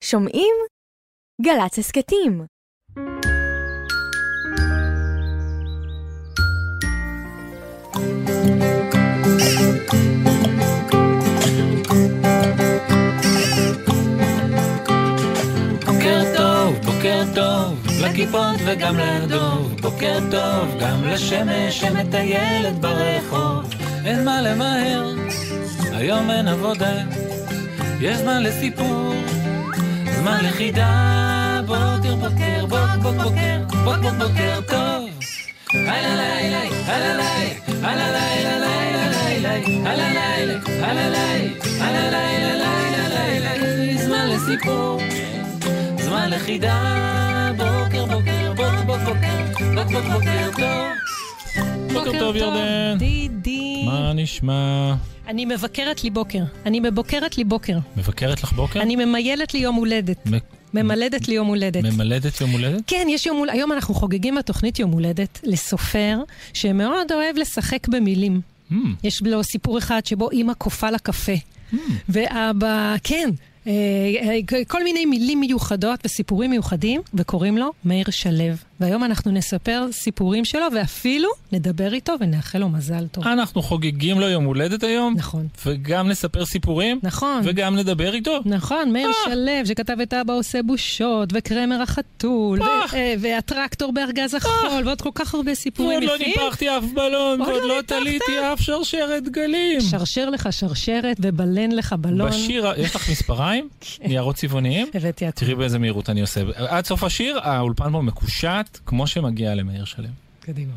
שומעים? גל"צ הסכתים. בוקר טוב, לכיפות וגם לדוב. בוקר טוב, גם לשמש שמטיילת ברחוב. אין מה למהר, היום אין עבודה. יש זמן לסיפור, זמן לחידה. בוקר בוקר, בוקר טוב. הללי, הללי, הללי, הללי, הללי, זמן לסיפור, זמן לחידה. בוקר טוב. בוקר טוב ירדן. דידי. מה נשמע? אני מבקרת לי בוקר. אני מבוקרת לי בוקר. מבקרת לך בוקר? אני ממיילת לי יום הולדת. ממלדת לי יום הולדת. ממלדת יום הולדת? כן, יש יום הולדת. היום אנחנו חוגגים בתוכנית יום הולדת לסופר שמאוד אוהב לשחק במילים. יש לו סיפור אחד שבו אמא קופה לקפה. ואבא, כן, כל מיני מילים מיוחדות וסיפורים מיוחדים, וקוראים לו מאיר שלו. והיום אנחנו נספר סיפורים שלו, ואפילו נדבר איתו ונאחל לו מזל טוב. אנחנו חוגגים לו יום הולדת היום? נכון. וגם נספר סיפורים? נכון. וגם נדבר איתו? נכון, מאיר שלו, שכתב את אבא עושה בושות, וקרמר החתול, והטרקטור בארגז החול, ועוד כל כך הרבה סיפורים יפים. ועוד לא ניפחתי אף בלון, ועוד לא תליתי אף שרשרת גלים. שרשר לך שרשרת, ובלן לך בלון. בשיר, יש לך מספריים? ניירות צבעוניים? הבאתי הכל. תראי באיזה מהירות אני עושה. עד סוף השיר, האולפן פה מקושט, כמו שמגיע למאיר שלו. קדימה.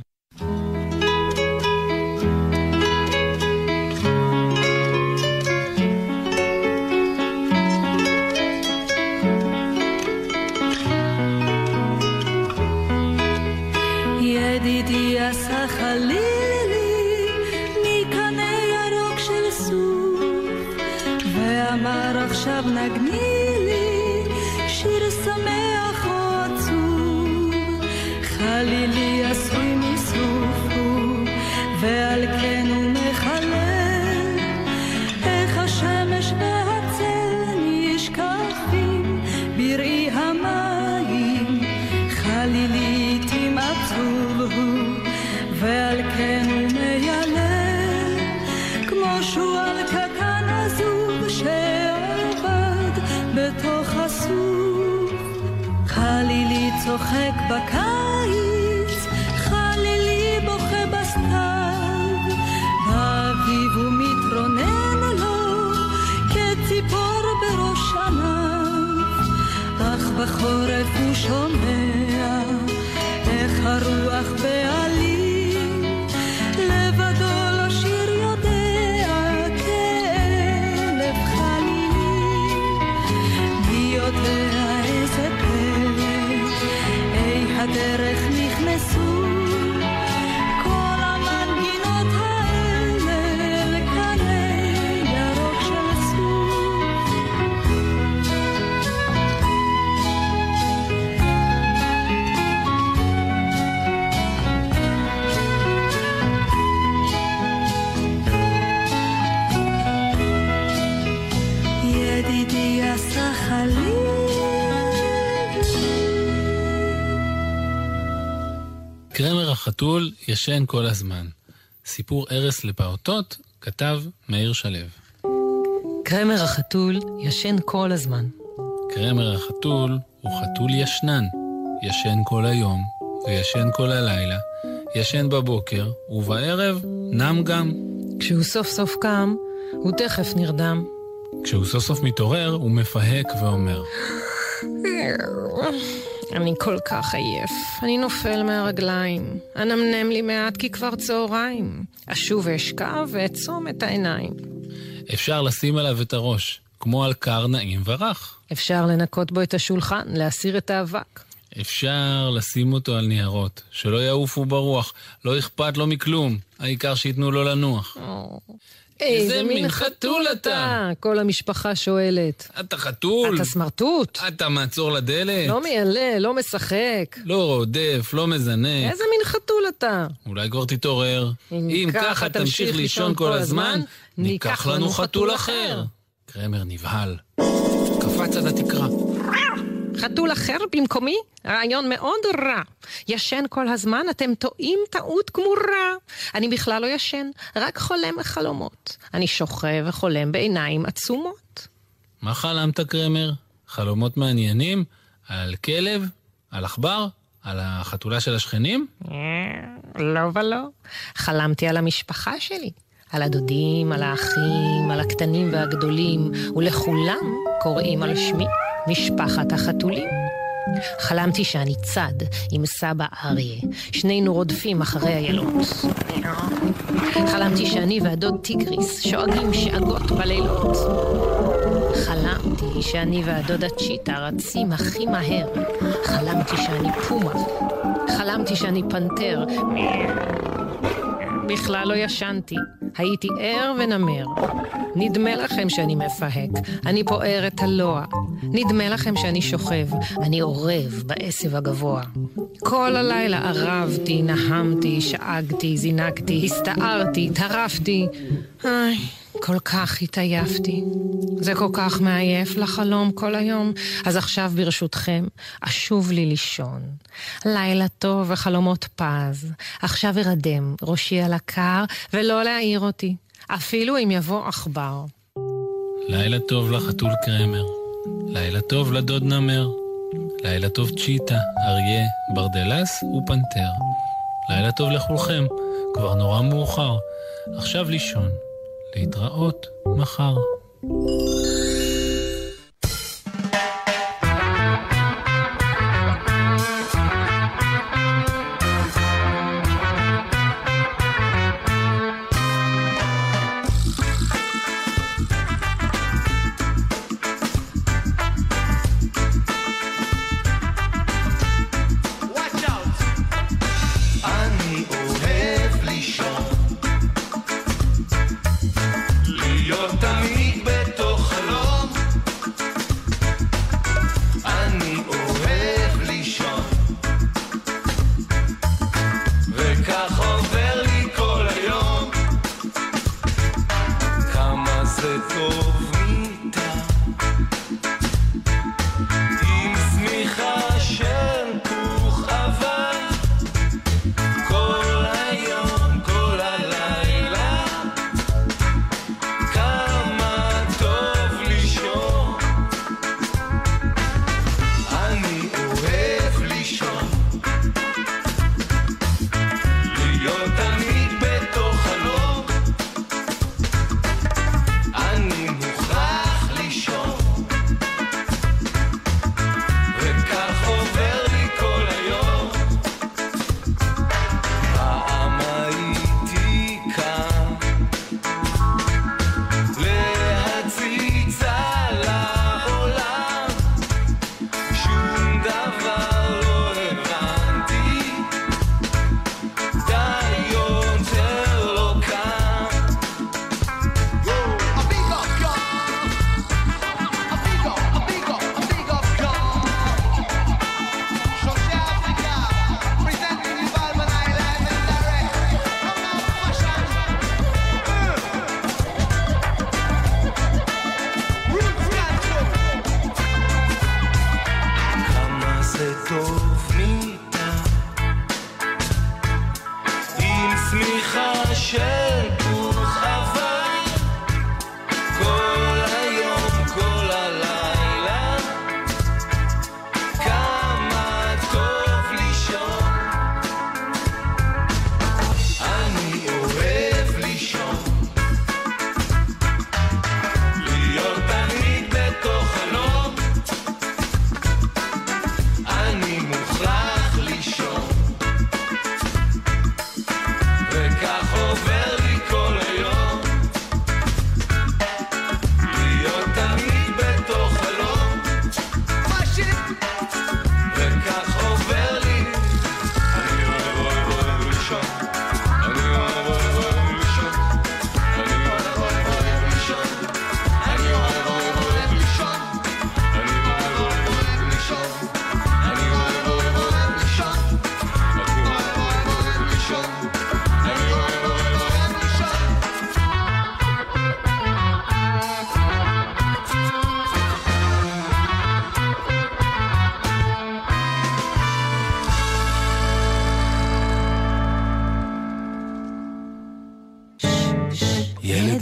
ידידי עשה חלילי מקנה ירוק של סוף ואמר עכשיו נגני לי שיר שמח או עצוב חלילי עשוי מסוף ועל כן הוא מחלל איך השמש והצל נשכחים בראי המים חלילי תמצוב ועל כן הוא מיילל כמו שועל קטן עזוב שעבד בתוך הסוף חלילי צוחק בקיץ חלילי בוכה בסתיו באביב הוא מתרונן לו כציפור בראש ענף אך בחורף הוא שומע איך הרוח בעלים לבדו לשיר יודע כאלף חלילי מי יודע איזה פלא אי הדרך נכנסו כל המנגינות האלה אל קנה ירוק של סוף ידידי עשה חלילי. קרמר החתול ישן כל הזמן. סיפור ערס לפעוטות כתב מאיר שלו. קרמר החתול ישן כל הזמן. קרמר החתול הוא חתול ישנן. ישן כל היום וישן כל הלילה. ישן בבוקר ובערב נם גם. כשהוא סוף סוף קם, הוא תכף נרדם. כשהוא סוף סוף מתעורר הוא מפהק ואומר אני כל כך עייף. אני נופל מהרגליים. אנמנם לי מעט כי כבר צהריים. אשוב ואשכב ואעצום את העיניים. אפשר לשים עליו את הראש, כמו על קר נעים ורח. אפשר לנקות בו את השולחן, להסיר את האבק. אפשר לשים אותו על ניירות, שלא יעופו ברוח, לא אכפת לו מכלום, העיקר שיתנו לו לנוח. איזה מין חתול אתה? כל המשפחה שואלת. אתה חתול? אתה סמרטוט? אתה מעצור לדלת? לא מיילה, לא משחק. לא רודף, לא מזנק. איזה מין חתול אתה? אולי כבר תתעורר. אם ככה תמשיך לישון כל הזמן, ניקח לנו חתול אחר. קרמר נבהל. קפץ עד התקרה. חתול אחר במקומי? רעיון מאוד רע. ישן כל הזמן, אתם טועים טעות גמורה. אני בכלל לא ישן, רק חולם בחלומות. אני שוכב וחולם בעיניים עצומות. מה חלמת, קרמר? חלומות מעניינים? על כלב? על עכבר? על החתולה של השכנים? לא ולא. חלמתי על המשפחה שלי. על הדודים, על האחים, על הקטנים והגדולים, ולכולם קוראים על שמי משפחת החתולים. חלמתי שאני צד עם סבא אריה, שנינו רודפים אחרי הילוד. חלמתי שאני והדוד טיגריס שואגים שאגות בלילות. חלמתי שאני והדוד הצ'יטה רצים הכי מהר. חלמתי שאני פומה. חלמתי שאני פנתר. בכלל לא ישנתי, הייתי ער ונמר. נדמה לכם שאני מפהק, אני פוער את הלוע. נדמה לכם שאני שוכב, אני עורב בעשב הגבוה. כל הלילה ערבתי, נהמתי, שאגתי, זינקתי, הסתערתי, טרפתי. כל כך התעייפתי. זה כל כך מעייף לחלום כל היום. אז עכשיו ברשותכם, אשוב לי לישון. לילה טוב וחלומות פז. עכשיו ארדם, ראשי על הקר, ולא להעיר אותי. אפילו אם יבוא עכבר. לילה טוב לחתול קרמר. לילה טוב לדוד נמר. לילה טוב צ'יטה, אריה, ברדלס ופנתר. לילה טוב לכולכם, כבר נורא מאוחר. עכשיו לישון. להתראות מחר. תמיד בתוך חלום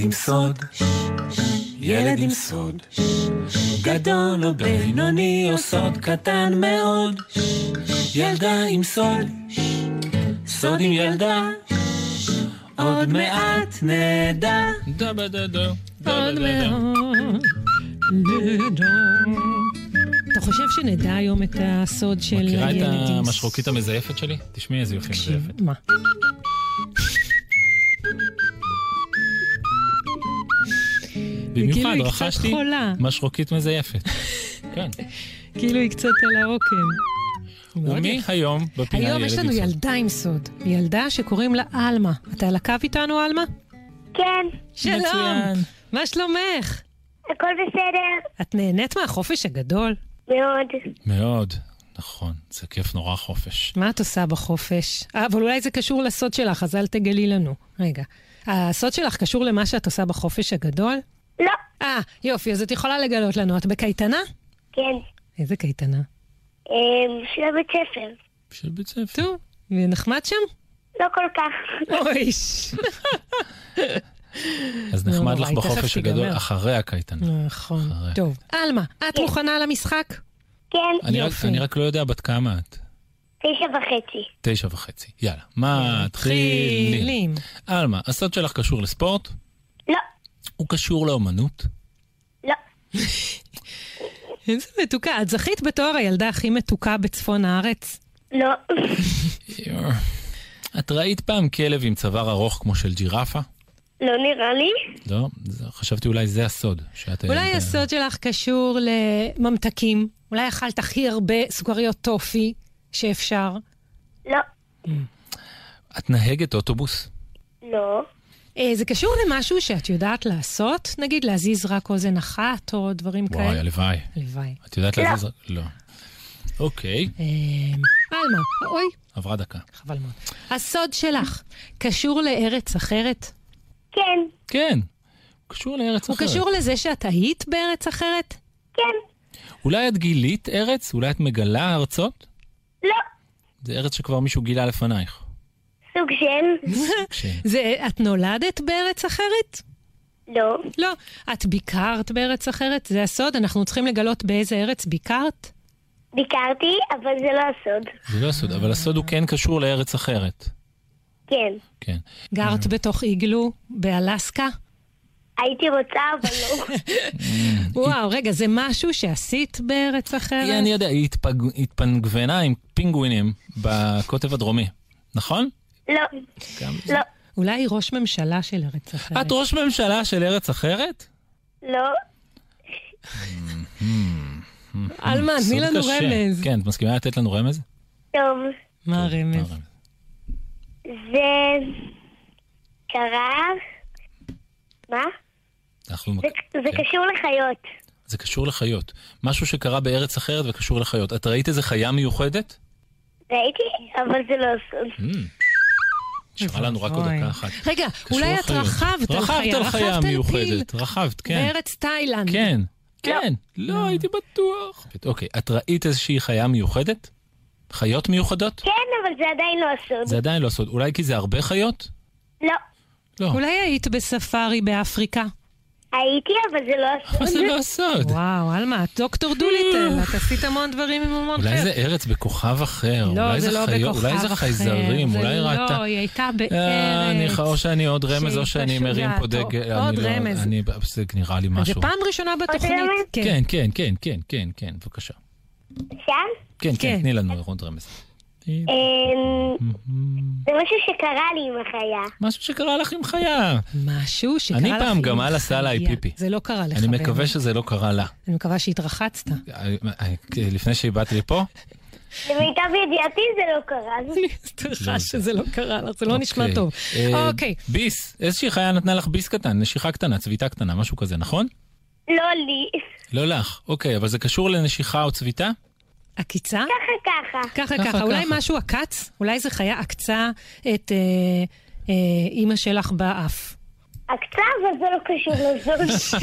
עם סוד, ילד עם סוד, גדול או בינוני או סוד קטן מאוד, ילדה עם סוד, סוד עם ילדה, עוד מעט נדע. עוד מעט נדע. אתה חושב שנדע היום את הסוד של ילד עם סוד? מכירה את המשרוקית המזייפת שלי? תשמעי איזה יופי מזייפת. מה? במיוחד רכשתי משרוקית מזייפת. כן. כאילו היא קצת על העוקם. ומי היום בפינה ילד עם סוד? היום יש לנו ילדה עם סוד. ילדה שקוראים לה אלמה. אתה על הקו איתנו, אלמה? כן. שלום. מצוין. מה שלומך? הכל בסדר. את נהנית מהחופש הגדול? מאוד. מאוד. נכון, זה כיף נורא חופש. מה את עושה בחופש? אבל אולי זה קשור לסוד שלך, אז אל תגלי לנו. רגע. הסוד שלך קשור למה שאת עושה בחופש הגדול? לא. יופי, אז את יכולה לגלות לנו. את בקייטנה? כן. איזה קייטנה? של בית ספר. של בית ספר. טוב, ונחמד שם? לא כל כך. אויש. אז נחמד לך בחופש הגדול אחרי הקייטנה. נכון. טוב. אלמה, את מוכנה למשחק? כן. אני רק לא יודע בת כמה את. 9.5. 9.5. יאללה, מתחילים. אלמה, הסוד שלך קשור לספורט? לא. הוא קשור לאומנות? לא. איזה מתוקה. את זכית בתואר הילדה הכי מתוקה בצפון הארץ? לא. את ראית פעם כלב עם צוואר ארוך כמו של ג'ירפה? לא נראה לי. לא, חשבתי אולי זה הסוד. אולי הסוד שלך קשור לממתקים. אולי אכלת הכי הרבה סוכריות טופי שאפשר. לא. את נהגת אוטובוס? לא. זה קשור למשהו שאת יודעת לעשות? נגיד להזיז רק אוזן אחת או דברים כאלה? וואי, הלוואי. הלוואי. את יודעת להזיז רק? לא. אוקיי. אלמה, אוי. עברה דקה. חבל מאוד. הסוד שלך קשור לארץ אחרת? כן. כן. קשור לארץ אחרת. הוא קשור לזה שאת היית בארץ אחרת? כן. אולי את גילית ארץ? אולי את מגלה ארצות? לא. זה ארץ שכבר מישהו גילה לפנייך. סוג של. את נולדת בארץ אחרת? לא. לא. את ביקרת בארץ אחרת? זה הסוד? אנחנו צריכים לגלות באיזה ארץ ביקרת? ביקרתי, אבל זה לא הסוד. זה לא הסוד, אבל הסוד הוא כן קשור לארץ אחרת. כן. כן. גרת בתוך איגלו באלסקה? הייתי רוצה, אבל לא. וואו, רגע, זה משהו שעשית בארץ אחרת? אני יודע, היא התפנגבנה עם פינגווינים בקוטב הדרומי, נכון? לא. לא. אולי היא ראש ממשלה של ארץ אחרת. את ראש ממשלה של ארץ אחרת? לא. אלמה, תני לנו רמז. כן, את מסכימה לתת לנו רמז? טוב. מה הרמז? זה קרה... מה? זה קשור לחיות. זה קשור לחיות. משהו שקרה בארץ אחרת וקשור לחיות. את ראית איזה חיה מיוחדת? ראיתי, אבל זה לא הסוד. נשמע לנו רק עוד דקה אחת. רגע, אולי את רכבת על חיה. רכבת על חיה מיוחדת. רכבת, כן. בארץ תאילנד. כן, כן. לא, הייתי בטוח. אוקיי, את ראית איזושהי חיה מיוחדת? חיות מיוחדות? כן, אבל זה עדיין לא הסוד. זה עדיין לא הסוד. אולי כי זה הרבה חיות? לא. לא. אולי היית בספארי באפריקה? הייתי, אבל זה לא הסוד. אבל זה לא הסוד. וואו, אלמה, את דוקטור דוליטל, את עשית המון דברים עם המון אחר. אולי זה ארץ בכוכב אחר. לא, זה לא בכוכב אחר. אולי זה חייזרים, אולי ראתה... לא, היא הייתה בארץ. או שאני עוד רמז, או שאני מרים פה דגל. עוד רמז. זה נראה לי משהו. זה פעם ראשונה בתוכנית. כן, כן, כן, כן, כן, כן, בבקשה. שם? כן, כן, תני לנו עוד רמז. זה משהו שקרה לי עם החיה. משהו שקרה לך עם חיה. משהו שקרה לך עם חיה. אני פעם גמל עשה לה פיפי. זה לא קרה לך. אני מקווה שזה לא קרה לה. אני מקווה שהתרחצת. לפני שהבאתי לפה? למיטב ידיעתי זה לא קרה. סליחה שזה לא קרה לך, זה לא נשמע טוב. אוקיי. ביס, איזושהי חיה נתנה לך ביס קטן, נשיכה קטנה, צביטה קטנה, משהו כזה, נכון? לא לי. לא לך, אוקיי, אבל זה קשור לנשיכה או צביטה? עקיצה? ככה. אולי משהו עקץ? אולי זה חיה עקצה את אמא שלך באף. עקצה, אבל זה לא קשור לזול.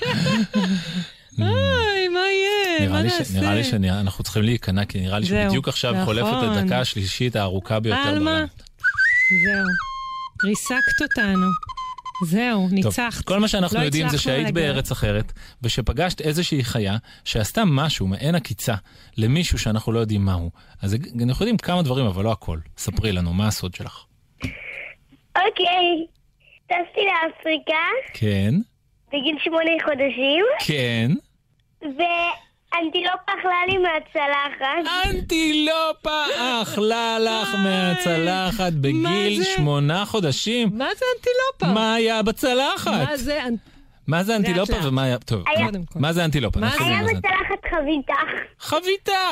מה יהיה? מה נעשה? נראה לי שאנחנו צריכים להיכנע, כי נראה לי שבדיוק עכשיו חולפת הדקה השלישית הארוכה ביותר בעולם. זהו. ריסקת אותנו. זהו, ניצחת. כל מה שאנחנו יודעים זה שהיית בארץ אחרת, ושפגשת איזושהי חיה שעשתה משהו מעין עקיצה למישהו שאנחנו לא יודעים מהו. אז אנחנו יודעים כמה דברים, אבל לא הכל. ספרי לנו, מה הסוד שלך? אוקיי, טסתי לאפריקה. כן. בגיל 8 חודשים. כן. ואנטילופה אכלה לי מהצלחת. אנטילופה אכלה לך מהצלחת בגיל 8 חודשים? מה זה אנטילופה? מה היה בצלחת? מה זה אנטילופה ומה היה... טוב, מה זה אנטילופה? היה בצלחת חביתה. חביתה!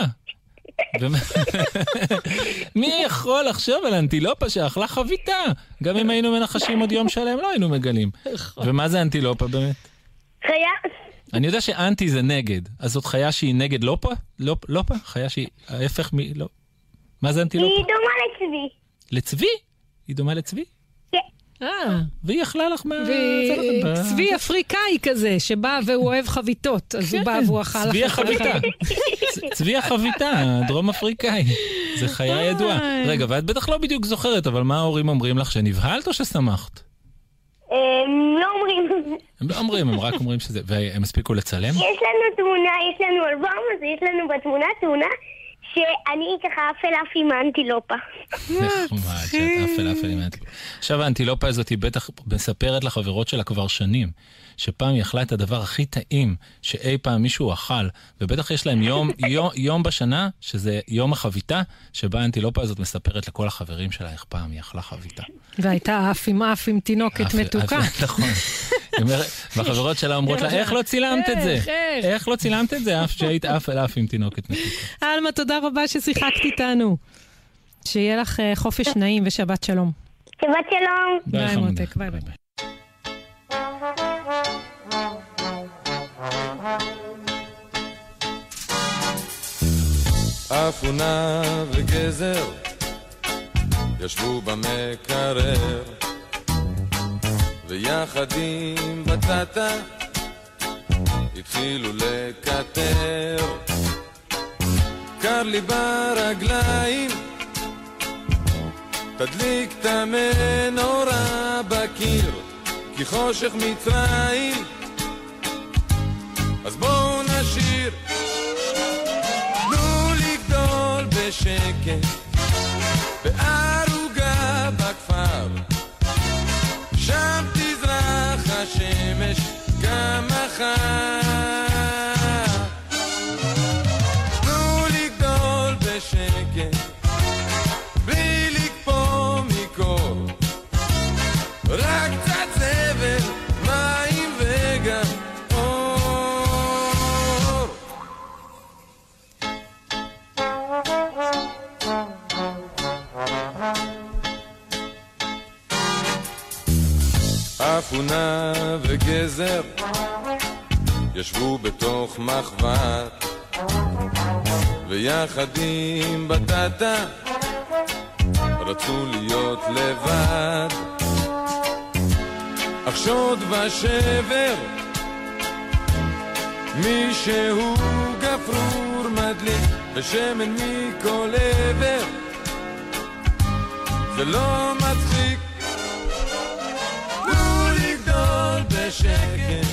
מי יכול לחשוב על אנטילופה שאכלה חביתה? גם אם היינו מנחשים עוד יום שלהם לא היינו מגלים. ומה זה אנטילופה באמת? חיה... אני יודע שאנטי זה נגד, אז זאת חיה שהיא נגד לופה? לופה? חיה שהיא ההפך מלא... מה זה אנטילופה? היא דומה לצבי. לצבי? היא דומה לצבי? כן. והיא אכלה לך צבי אפריקאי כזה, שבא והוא אוהב חביתות, אז הוא בא והוא אכל לך. צבי החביתה. צבי החביתה, דרום אפריקאי. זה חיה ידועה. רגע, ואת בטח לא בדיוק זוכרת, אבל מה ההורים אומרים לך, שנבהלת או ששמחת? לא אומרים. הם לא אומרים, הם רק אומרים שזה... והם הספיקו לצלם? יש לנו תמונה, יש לנו אלבום, אז יש לנו בתמונה תמונה שאני ככה אפל עם האנטילופה. נחמד, שאת אפל עם האנטילופה. עכשיו האנטילופה הזאת היא בטח מספרת לחברות שלה כבר שנים, שפעם היא אכלה את הדבר הכי טעים שאי פעם מישהו אכל, ובטח יש להם יום בשנה, שזה יום החביתה, שבה האנטילופה הזאת מספרת לכל החברים שלה איך פעם היא אכלה חביתה. והייתה אף עם תינוקת מתוקה. נכון. והחברות שלה אומרות לה, איך לא צילמת את זה? איך לא צילמת את זה? אף שהיית אף עם תינוקת מתוקה. אלמה, תודה רבה ששיחקת איתנו. שיהיה לך חופש נעים ושבת שלום. שבת שלום. ביי מותק, ביי ביי. אפונה וגזר ישבו במקרר ויחד עם בטטה התחילו לקטר. קר לי ברגליים, תדליק את המנורה בקיר, כי חושך מצרים, אז בואו נשיר. תנו לגדול בשקט בערוגה בכפר, שם תזרח השמש גם מחר. תנו לגדול בשקט בלי לקפוא מקור, רק קצת זבל, מים וגם אור. אפונה וגזר ישבו בתוך מחבת, ויחד עם בטטה רצו להיות לבד. אך שוד ושבר, מישהו גפרור מדליק ושמן מכל עבר, זה לא מצחיק. תנו לגדול בשקט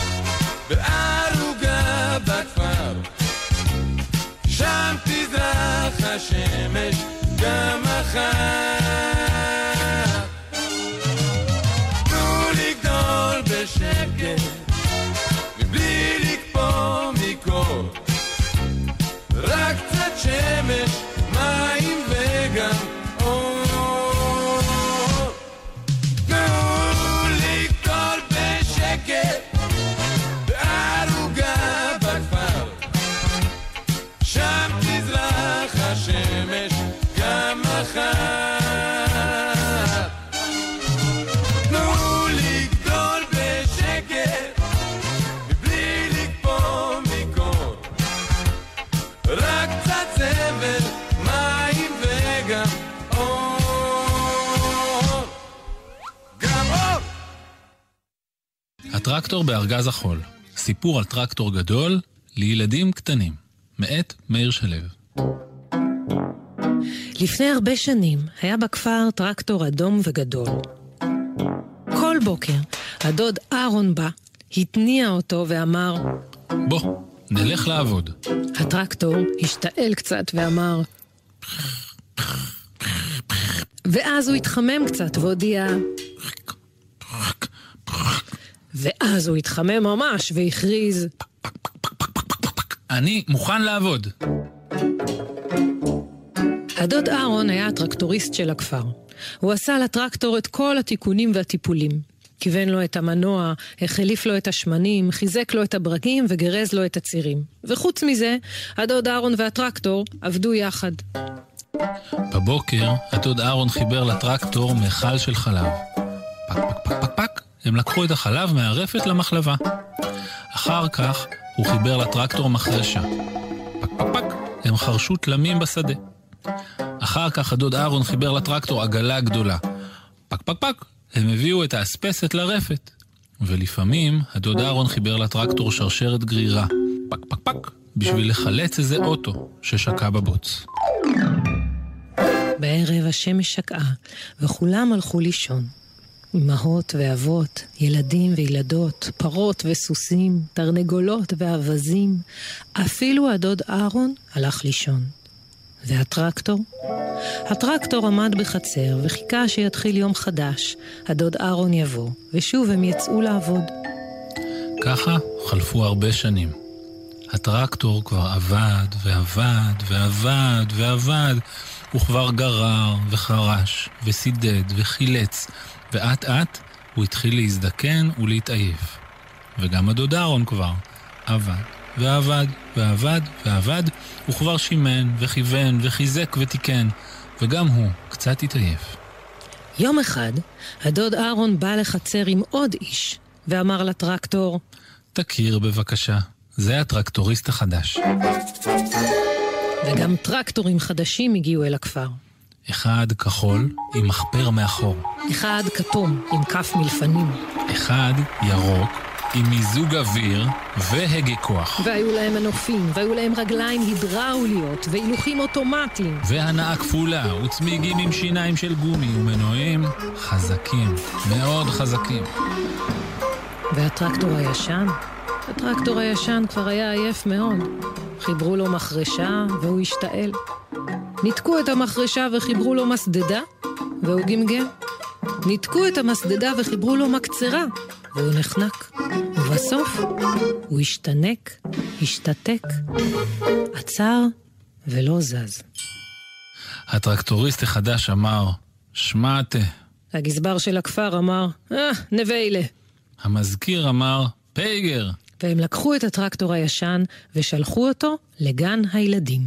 בערוגה בכפר, שם תזרח השמש גם מחר. תנו לגדול בשקט מבלי לקפוא מקור, רק קצת שמש, מים וגם אור. תנו לגדול בשקט בערוגה בכפר, שם תזרח השמש גם מחר. תנו לגדול בשקט מבלי לקפוא מקור, רק קצת זבל, מים וגם אור. גם אור. הטרקטור בארגז החול, סיפור על טרקטור גדול לילדים קטנים, מאת מאיר שלו. לפני הרבה שנים היה בכפר טרקטור אדום וגדול. כל כל בוקר הדוד אהרון בא, התניע אותו ואמר, בוא, נלך לעבוד. הטרקטור השתעל קצת ואמר, ואז הוא התחמם קצת והודיע, ואז הוא התחמם ממש והכריז, אני מוכן לעבוד. הדוד אהרון היה הטרקטוריסט של הכפר. הוא עשה לטרקטור את כל התיקונים והטיפולים. כיוון לו את המנוע, החליף לו את השמנים, חיזק לו את הברגים וגרז לו את הצירים. וחוץ מזה, הדוד אהרון והטרקטור עבדו יחד. בבוקר, הדוד אהרון חיבר לטרקטור מיכל של חלב. פק פק פק פק פק, הם לקחו את החלב מהרפת למחלבה. אחר כך הוא חיבר לטרקטור מחרשה. פק פק פק, הם חרשו תלמים בשדה. אחר כך הדוד אהרון חיבר לטרקטור עגלה גדולה. פק פק פק, הם הביאו את האספסת לרפת. ולפעמים הדוד אהרון חיבר לטרקטור שרשרת גרירה. פק פק פק, בשביל לחלץ איזה אוטו ששקע בבוץ. בערב השמש שקעה, וכולם הלכו לישון. אמהות ואבות, ילדים וילדות, פרות וסוסים, תרנגולות ואבזים. אפילו הדוד אהרון הלך לישון. והטרקטור? הטרקטור עמד בחצר וחיכה שיתחיל יום חדש. הדוד אהרון יבוא, ושוב הם יצאו לעבוד. ככה חלפו הרבה שנים. הטרקטור כבר עבד ועבד ועבד ועבד. הוא כבר גרר וחרש וסידד וחילץ. ואט אט הוא התחיל להזדקן ולהתעייף. וגם הדוד אהרון כבר עבד ועבד ועבד ועבד. הוא כבר שימן וכיוון וחיזק ותיקן. וגם הוא קצת התעייף. יום אחד הדוד אהרון בא לחצר עם עוד איש ואמר לטרקטור, תכיר בבקשה, זה הטרקטוריסט החדש. וגם טרקטורים חדשים הגיעו אל הכפר. אחד כחול עם מחפר מאחור. אחד כתום עם כף מלפנים. אחד ירוק עם מיזוג אוויר והגה כוח. והיו להם מנופים, והיו להם רגליים הידראוליות והילוכים אוטומטיים. והנעה כפולה וצמיגים עם שיניים של גומי ומנועים חזקים, מאוד חזקים. והטרקטור הישן? הטרקטור הישן כבר היה עייף מאוד. חיברו לו מחרשה והוא השתעל. ניתקו את המחרשה וחיברו לו מסדדה והוא גמגם. ניתקו את המסדדה וחיברו לו מקצרה והוא נחנק. ובסוף הוא השתנק, השתתק, עצר ולא זז. הטרקטוריסט החדש אמר, שמעתה. הגזבר של הכפר אמר, נביילה. המזכיר אמר, פייגר. והם לקחו את הטרקטור הישן ושלחו אותו לגן הילדים.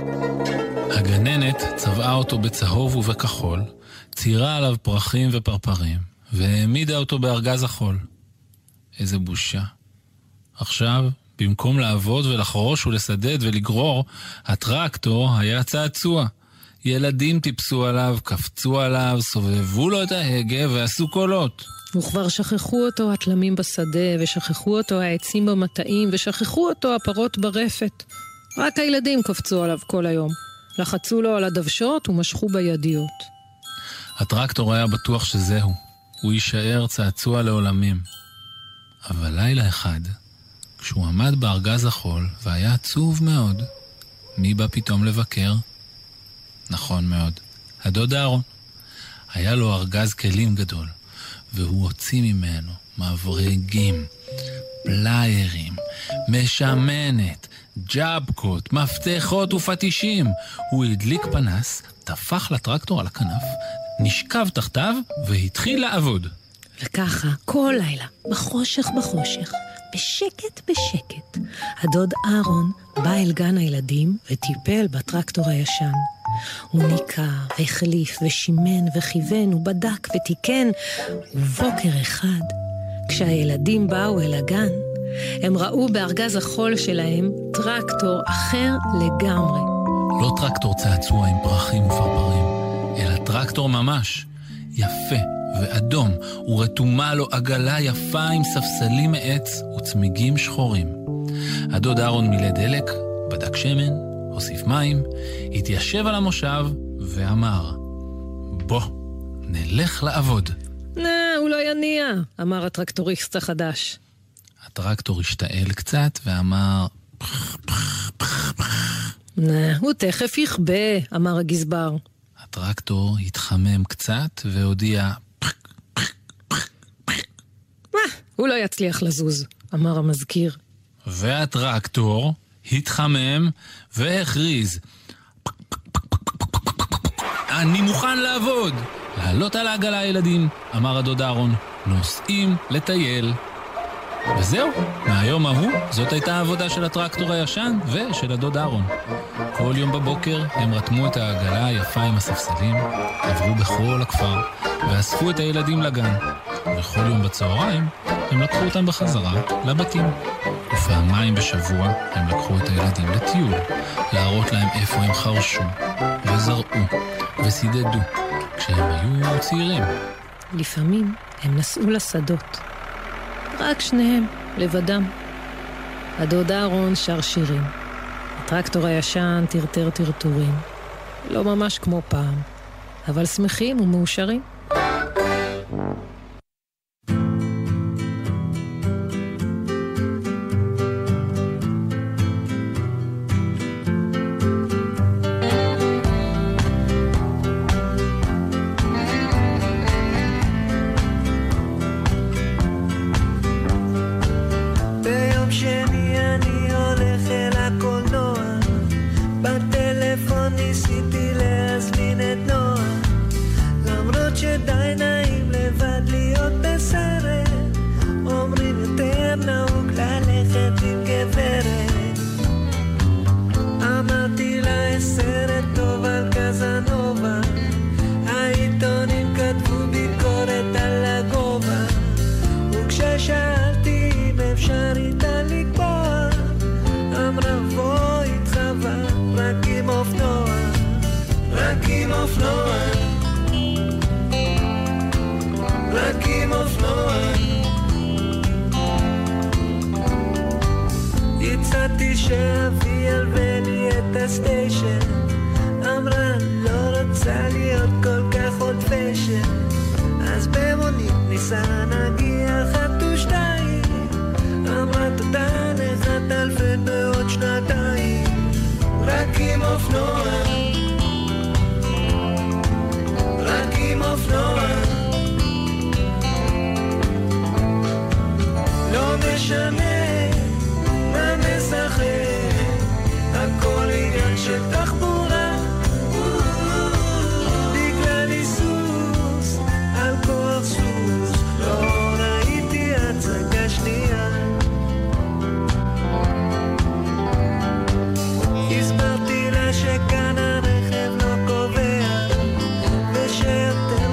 הגננת צבעה אותו בצהוב ובכחול, צירה עליו פרחים ופרפרים, והעמידה אותו בארגז החול. איזה בושה. עכשיו, במקום לעבוד ולחרוש ולסדד ולגרור, הטרקטור היה צעצוע. ילדים טיפסו עליו, קפצו עליו, סובבו לו את ההגה ועשו קולות. וכבר שכחו אותו התלמים בשדה, ושכחו אותו העצים במטעים, ושכחו אותו הפרות ברפת. רק הילדים קפצו עליו כל היום. לחצו לו על הדוושות ומשכו בידיות. הטרקטור היה בטוח שזהו. הוא יישאר צעצוע לעולמים. אבל לילה אחד, כשהוא עמד בארגז החול והיה עצוב מאוד, מי בא פתאום לבקר? נכון מאוד, הדוד אהרון. היה לו ארגז כלים גדול, והוא הוציא ממנו מברגים, פליירים, משמנת, ג'אבקות, מפתחות ופטישים. הוא הדליק פנס, טפח לטרקטור על הכנף, נשכב תחתיו והתחיל לעבוד. וככה כל לילה, בחושך, בשקט, הדוד אהרון בא אל גן הילדים וטיפל בטרקטור הישן. הוא ניקה והחליף ושימן וכיוון ובדק ותיקן. ובוקר אחד, כשהילדים באו אל הגן, הם ראו בארגז החול שלהם טרקטור אחר לגמרי. לא טרקטור צעצוע עם פרחים ופרפרים, אלא טרקטור ממש, יפה ואדום, ורתומה לו עגלה יפה עם ספסלים מעץ וצמיגים שחורים. הדוד אהרון מילא דלק, בדק שמן, הוסיף מים, התיישב על המושב ואמר, בוא, נלך לעבוד. הוא לא יניע, אמר הטרקטוריסט החדש. הטרקטור השתעל קצת ואמר... הוא תכף יכבה, אמר הגזבר. הטרקטור התחמם קצת והודיע... הוא לא יצליח לזוז, אמר המזכיר. והטרקטור התחמם והכריז... אני מוכן לעבוד! לעלות על העגלה ילדים, אמר הדוד אהרון. נוסעים לטייל. וזהו, מהיום ההוא זאת הייתה העבודה של הטרקטור הישן ושל הדוד אהרון. כל יום בבוקר הם רתמו את העגלה היפה עם הספסלים, עברו בכל הכפר ואספו את הילדים לגן. וכל יום בצהריים הם לקחו אותם בחזרה לבתים. ופעמיים בשבוע הם לקחו את הילדים לטיול, להראות להם איפה הם חרשו וזרעו וסידדו כשהם היו צעירים. לפעמים הם נסעו לשדות. רק שניהם, לבדם. הדוד אהרון שר שירים. הטרקטור הישן טרטר טרטורים. לא ממש כמו פעם, אבל שמחים ומאושרים.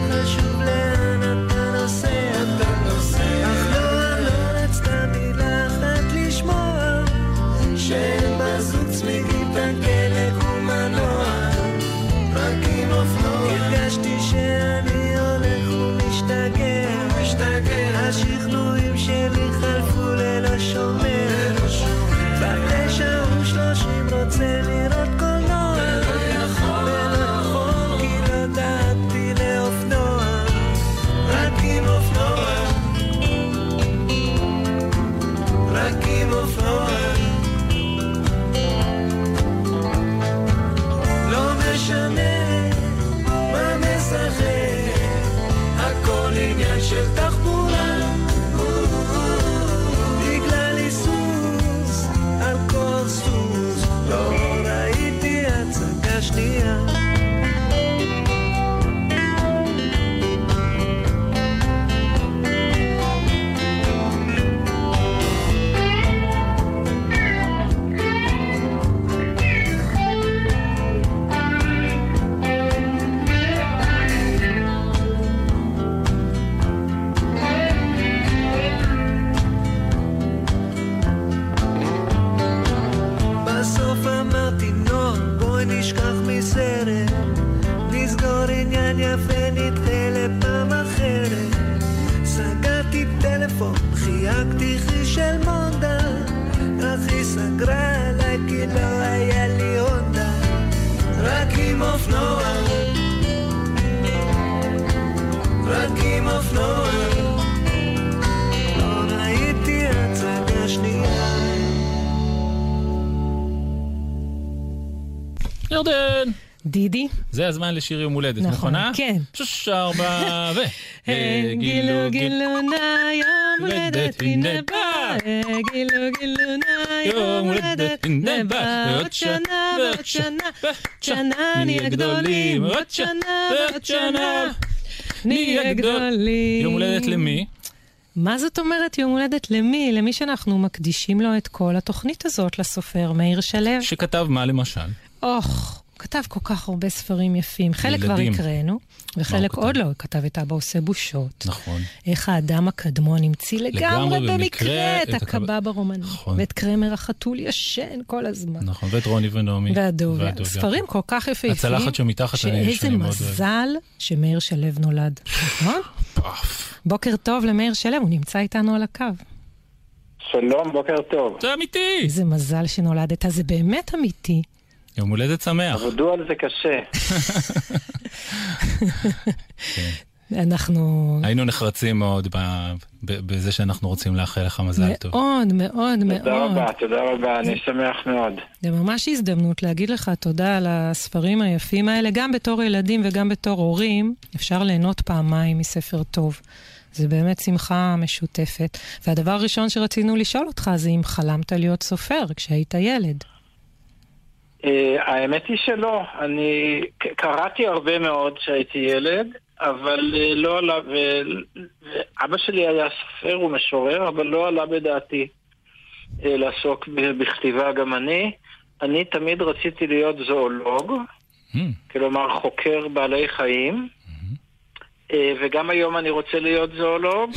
אך לא רצתה מילה ירדן! דידי. זה הזמן לשיר יום הולדת, מוכנה? כן. 6, 4 ו... גילו גילו נא יום הולדת הנה בא, גילו נא יום הולדת הנה בא, עוד שנה ועוד שנה, שנה נהיה גדולים, עוד שנה ועוד שנה, נהיה גדולים. יום הולדת למי? מה זאת אומרת יום הולדת למי? למי שאנחנו מקדישים לו את כל התוכנית הזאת, לסופר מאיר שלו. שכתב מה למשל? כתב כל כך הרבה ספרים יפים. חלק כבר הקראנו, וחלק עוד לא. כתב את אבא עושה בושות. נכון. איך האדם הקדמון המציא לגמרי במקרה את הקבב הרומני. נכון. ואת קרמר החתול ישן כל הזמן. נכון, ואת רוני ונעמי. והדובר. ספרים כל כך יפים. הצלחת שמתחת אני שאיזה מזל שמאיר שלו נולד. נכון? בוקר טוב למאיר שלו, הוא נמצא איתנו על הקו. שלום, בוקר טוב. זה אמיתי. איזה מזל שנולדת, זה באמת אמיתי. יום הולדת שמח. עבדו על זה קשה. אנחנו... היינו נחרצים מאוד בזה שאנחנו רוצים לאחל לך מזל טוב. מאוד, מאוד, מאוד. תודה רבה, אני שמח מאוד. זה ממש הזדמנות להגיד לך תודה על הספרים היפים האלה, גם בתור ילדים וגם בתור הורים, אפשר ליהנות פעמיים מספר טוב. זה באמת שמחה משותפת. והדבר הראשון שרצינו לשאול אותך זה אם חלמת להיות סופר כשהיית ילד. האמת היא שלא, אני קראתי הרבה מאוד כשהייתי ילד, אבל לא עלה, ואבא שלי היה סופר ומשורר, אבל לא עלה בדעתי לעסוק בכתיבה גם אני תמיד רציתי להיות זואולוג, כלומר חוקר בעלי חיים, וגם היום אני רוצה להיות זואולוג,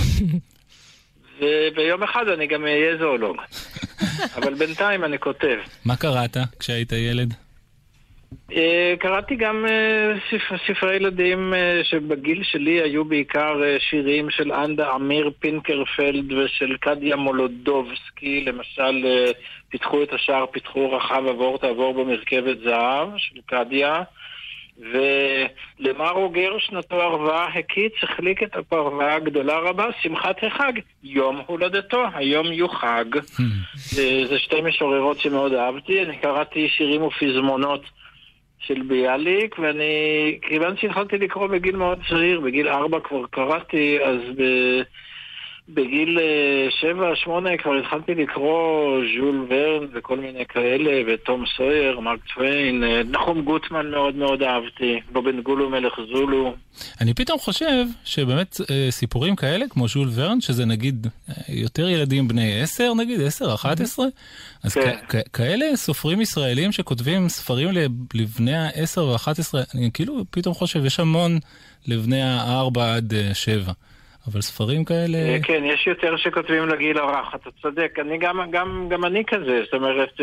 וביום אחד אני גם אהיה זואולוג. אבל בינתיים אני כותב. מה קראת כשהיית ילד? קראתי גם ספרי ילדים שבגיל שלי היו בעיקר שירים של אנדה אמיר פינקרפלד ושל קדיה מולודובסקי, למשל פיתחו את השער, פיתחו רחב עבור תעבור במרכבת זהב של קדיה, ולמר אוגר שנתו ערווה הקיץ החליק את הפרווה הגדולה רבה, שמחת החג, יום הולדתו, היום יוחג. זה שתי משוררות שמאוד אהבתי. אני קראתי שירים ופזמונות של ביאליק, ואני כיוון שהתחלתי לקרוא בגיל מאוד צעיר, בגיל 4 כבר קראתי, אז בגיל 7-8 כבר התחלתי לקרוא ז'ול ורן וכל מיני כאלה, וטום סויר, מרק טוויין, נחום גוטמן מאוד מאוד אהבתי, בובן גולו מלך זולו. אני פתאום חושב שבאמת סיפורים כאלה כמו ז'ול ורן, שזה נגיד יותר ילדים בני 10 נגיד, 10-11, אז כאלה סופרים ישראלים שכותבים ספרים לבני ה-10 ו-11, אני כאילו פתאום חושב, יש המון לבני ה-4-7. אבל ספרים כאלה... כן, יש יותר שכותבים לגיל הרך, אתה צודק. אני גם אני כזה, זאת אומרת,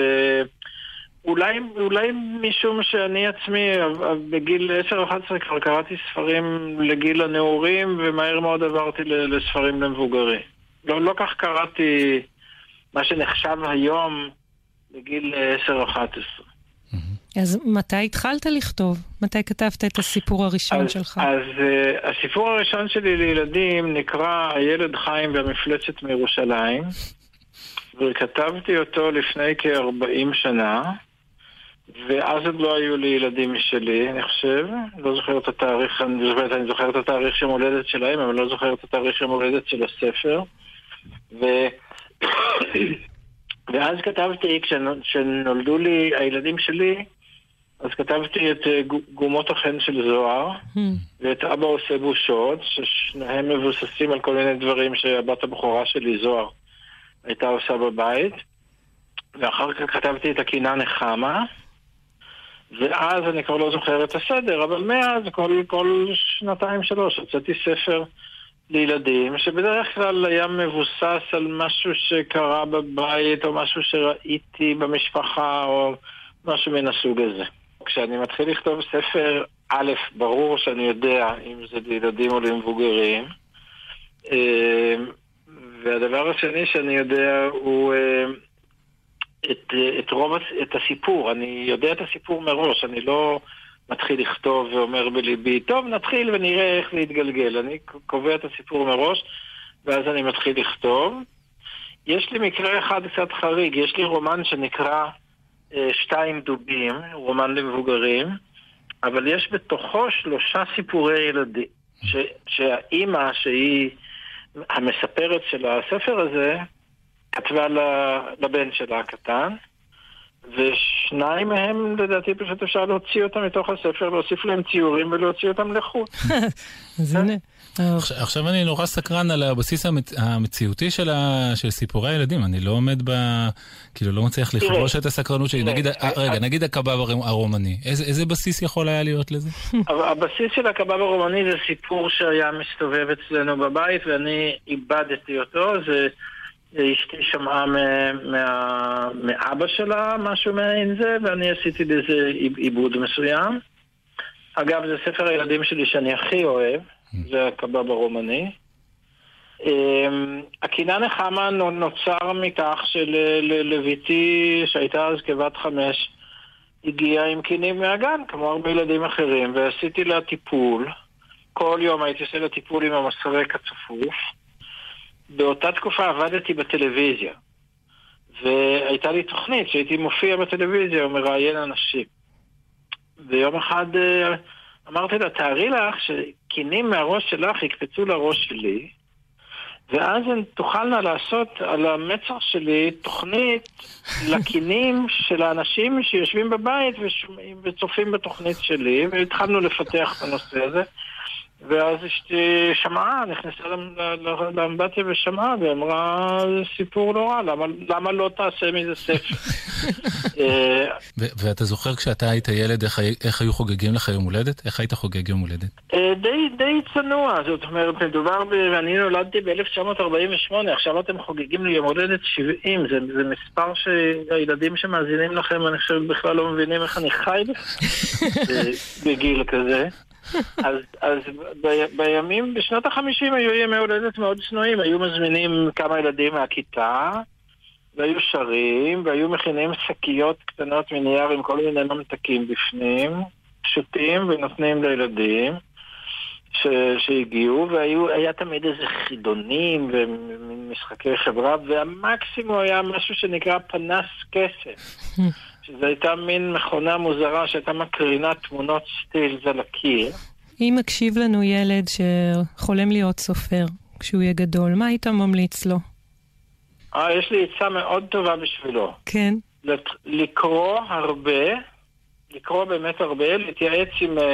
אולי משום שאני עצמי, בגיל 10-11 כבר קראתי ספרים לגיל הנעורים, ומהר מאוד עברתי לספרים למבוגרים. לא כך קראתי מה שנחשב היום לגיל 10-11. אז מתי התחלת לכתוב? מתי כתבת את הסיפור הראשון שלך? אז הסיפור הראשון שלי לילדים נקרא הילד חיים והמפלצת מירושלים, וכתבתי אותו לפני כ-40 שנה, ואז עוד לא היו לי ילדים משלי, אני חושב. לא זוכר את התאריך, אני זוכר את התאריך של מולדת שלהם, אבל לא זוכר את התאריך של מולדת של הספר. ואז כתבתי, כשנולדו לי הילדים שלי, אז כתבתי את גומות החן של זוהר, ואת אבא עושה בושות, ששניהם מבוססים על כל מיני דברים שהבת הבכורה שלי, זוהר, הייתה עושה בבית. ואחר כך כתבתי את הקינה נחמה, ואז אני כבר לא זוכר את הסדר, אבל מאז כל 2-3 הוצאתי ספר לילדים, שבדרך כלל היה מבוסס על משהו שקרה בבית, או משהו שראיתי במשפחה, או משהו מן הסוג הזה. כשאני מתחיל לכתוב ספר, א', ברור שאני יודע אם זה לילדים או למבוגרים, והדבר השני שאני יודע הוא את הסיפור. אני יודע את הסיפור מראש, אני לא מתחיל לכתוב ואומר בליבי, טוב, נתחיל ונראה איך להתגלגל. אני קובע את הסיפור מראש, ואז אני מתחיל לכתוב. יש לי מקרה אחד קצת חריג, יש לי רומן שנקרא 2 דובים, רומן למבוגרים, אבל יש בתוכו 3 סיפורי ילדים, שהאימא שהיא המספרת של הספר הזה, כתבה לבן שלה הקטן, ו2 מהם לדעתי פשוט אפשר להוציא אותם מתוך הספר, להוסיף להם ציורים ולהוציא אותם לחוץ. אז הנה. עכשיו אני נורא סקרן על הבסיס המציאותי של סיפורי הילדים. אני לא עומד כאילו לא מצליח לכבוש את הסקרנות שלי. נגיד הקבב הרומני. איזה בסיס יכול היה להיות לזה? הבסיס של הקבב הרומני זה סיפור שהיה מסתובב אצלנו בבית, ואני איבדתי אותו. זה אשתי שמעה מאבא שלה משהו מעין זה, ואני עשיתי לזה עיבוד מסוים. אגב, זה ספר הילדים שלי שאני הכי אוהב, זה הקבב הרומני. הקינה נחמה נוצר מכך שלביתי, שהייתה אז כבת 5, הגיעה עם קינים מהגן, כמו הרבה ילדים אחרים, ועשיתי לה טיפול. כל יום הייתי עושה לה טיפול עם המסרק הצפוף. באותה תקופה עבדתי בטלוויזיה, והייתה לי תוכנית שהייתי מופיע בטלוויזיה ומראיין אנשים. ויום אחד אמרתי לה, תארי לך שקינים מהראש שלך יקפצו לראש שלי, ואז הן תוכלנה לעשות על המצח שלי תוכנית לקינים של האנשים שיושבים בבית וצופים בתוכנית שלי, והתחלנו לפתח את הנושא הזה. ואז אשתי שמעה, נכנסה לאמבטיה ושמעה, ואמרה, זה סיפור לא רע, למה לא תעשה מזה ספר? ואתה זוכר כשאתה היית ילד, איך היו חוגגים לך יום הולדת? איך היית חוגג יום הולדת? די צנוע, זאת אומרת, מדובר ואני נולדתי ב-1948, עכשיו אתם חוגגים לי יום הולדת 70, זה מספר שהילדים שמאזינים לכם, אני חושב בכלל לא מבינים איך אני חי בגיל כזה. אז בימים, בשנות ה-50 היו ימי הולדת מאוד צנועים, היו מזמינים כמה ילדים מהכיתה, והיו שרים, והיו מכינים שקיות קטנות מנייר עם כל מיני ממתקים בפנים, פשוטים ונותנים לילדים שהגיעו, והיה תמיד איזה חידונים ומשחקי חברה, והמקסימום היה משהו שנקרא פנס כסף. שזו הייתה מין מכונה מוזרה שהייתה מקרינה תמונות סטילס על הקיר. אם מקשיב לנו ילד שחולם להיות סופר כשהוא יהיה גדול, מה היית ממליץ לו? יש לי עצה מאוד טובה בשבילו. כן. לקרוא הרבה, לקרוא באמת הרבה, להתייעץ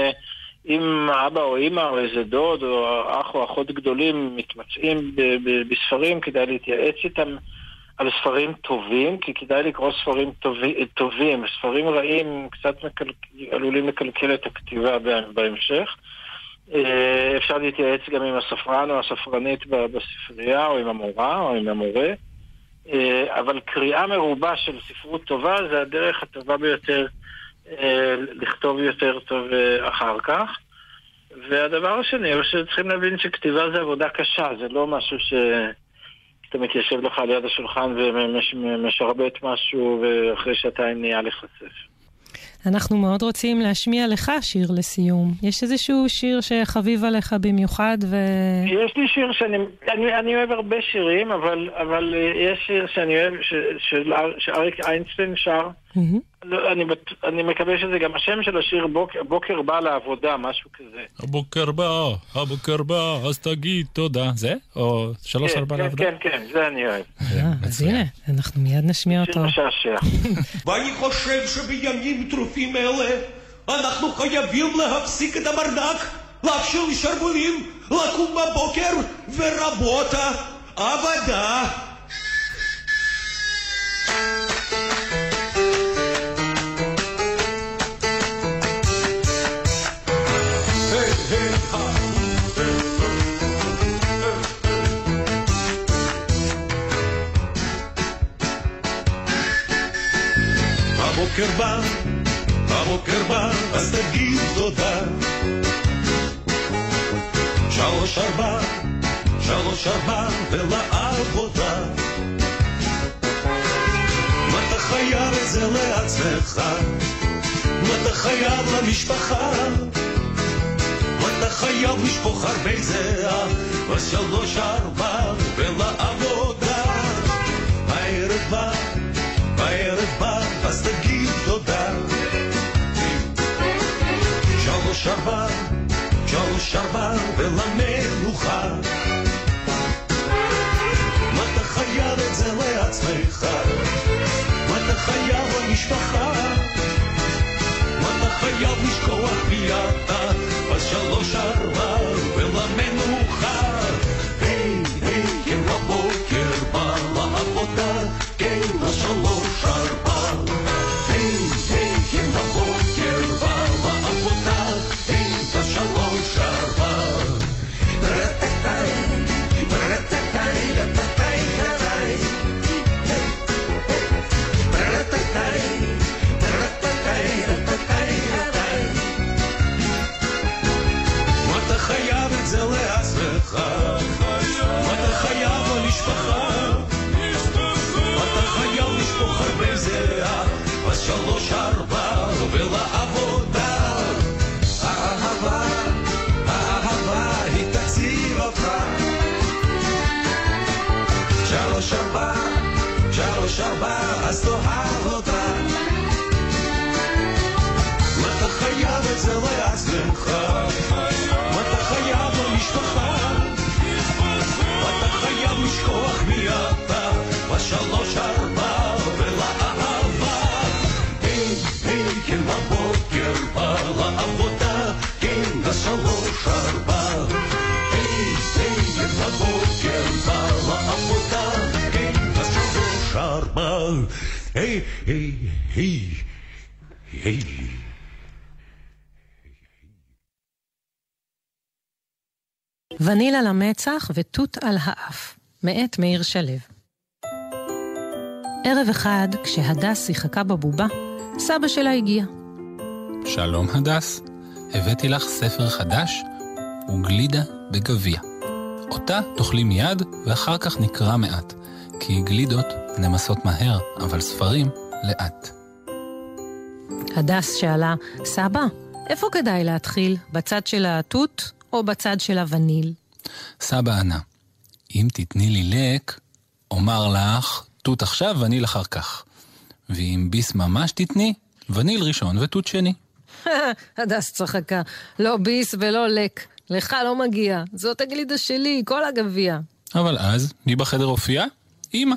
עם אבא או אמא או איזה דוד או אח או אחות גדולים מתמצאים בספרים, כדאי להתייעץ איתם על ספרים טובים, כי כדאי לקרוא ספרים טובים. ספרים רעים קצת עלולים לקלקל את הכתיבה בהמשך. אפשר להתייעץ גם עם הספרן או הספרנית בספרייה, או עם המורה או עם המורה. אבל קריאה מרובה של ספרות טובה זה הדרך הטובה ביותר לכתוב יותר טוב אחר כך. והדבר השני הוא שצריכים להבין שכתיבה זה עבודה קשה, זה לא משהו אתה מתיישב לך על יד השולחן ומשרבט משהו ואחרי שעתיים נהיה לך ספר. אנחנו מאוד רוצים להשמיע לך שיר לסיום. יש איזשהו שיר שחביב עליך במיוחד? יש לי שיר אני אוהב הרבה שירים, אבל יש שיר שאני אוהב שאריק איינשטיין שר. אני מקווה שזה גם השם של השיר בוקר בא לעבודה, משהו כזה. הבוקר בא, אז תגיד תודה. זה? או 3-4 לעבודה? כן, זה אני אוהב. אז הנה, אנחנו מיד נשמיע אותו. שיר משעשע. ואני חושב שבימים טרופים אלה אנחנו חייבים להפסיק את הברדק, להפשיל שרוולים, לקום בבוקר ורבותה עבודה. הבוקר בא, אז תגיד תודה. 3-4 ולעבודה. מה אתה חייב את זה לעצמך? מה אתה חייב למשפחה? מה אתה חייב לשפוך הרבה זהה? 3-4 ולעבודה. הערב בא, אז תגיד שלוש ארבע ולמנוחה. מה אתה חייב את זה לעצמך? מה אתה חייב למשפחה? מה אתה חייב לשכוח ביתה? אז שלוש ארבע ולמנוחה. היי, היי, כן בבוקר בא לעבודה, כן לשלוש ארבע. היי, היי, כן בבוקר בא לעבודה, כן לשלוש ארבע. חייב את זה לעצמך, אתה חייב למשפחה, אתה חייב לשפוך הרבה זרע, אז שלוש ארבע ולעבודה. האהבה, האהבה היא תציל אותך. שלוש ארבע, אז תאהב אותה. אתה חייב את זה לעצמך, אתה חייב למשפחה, אתה חייב לשכוח מיתה, בשלוש ארבע ולאהבה. היי, היי, כן בבוקר בא לעבודה, כן בשלוש ארבע. היי, היי, כן בבוקר בא לעבודה, כן בשלוש ארבע. היי, היי, היי, היי. ונילה למצח ותות על האף, מאת מאיר שלו. ערב אחד, כשהדס שיחקה בבובה, סבא שלה הגיע. שלום הדס, הבאתי לך ספר חדש וגלידה בגביע. אותה תאכלי מיד ואחר כך נקרא מעט, כי גלידות נמסות מהר, אבל ספרים לאט. הדס שאלה, סבא, איפה כדאי להתחיל? בצד של התות או בצד של הווניל? סבא ענה, אם תתני לי לק, אומר לך תות עכשיו וניל אחר כך. ואם ביס ממש תתני, וניל ראשון ותות שני. הדס צחקה, לא ביס ולא לק. לך לא מגיע, זאת הגלידה שלי, כל הגביע. אבל אז, מי בחדר הופיע? אמא.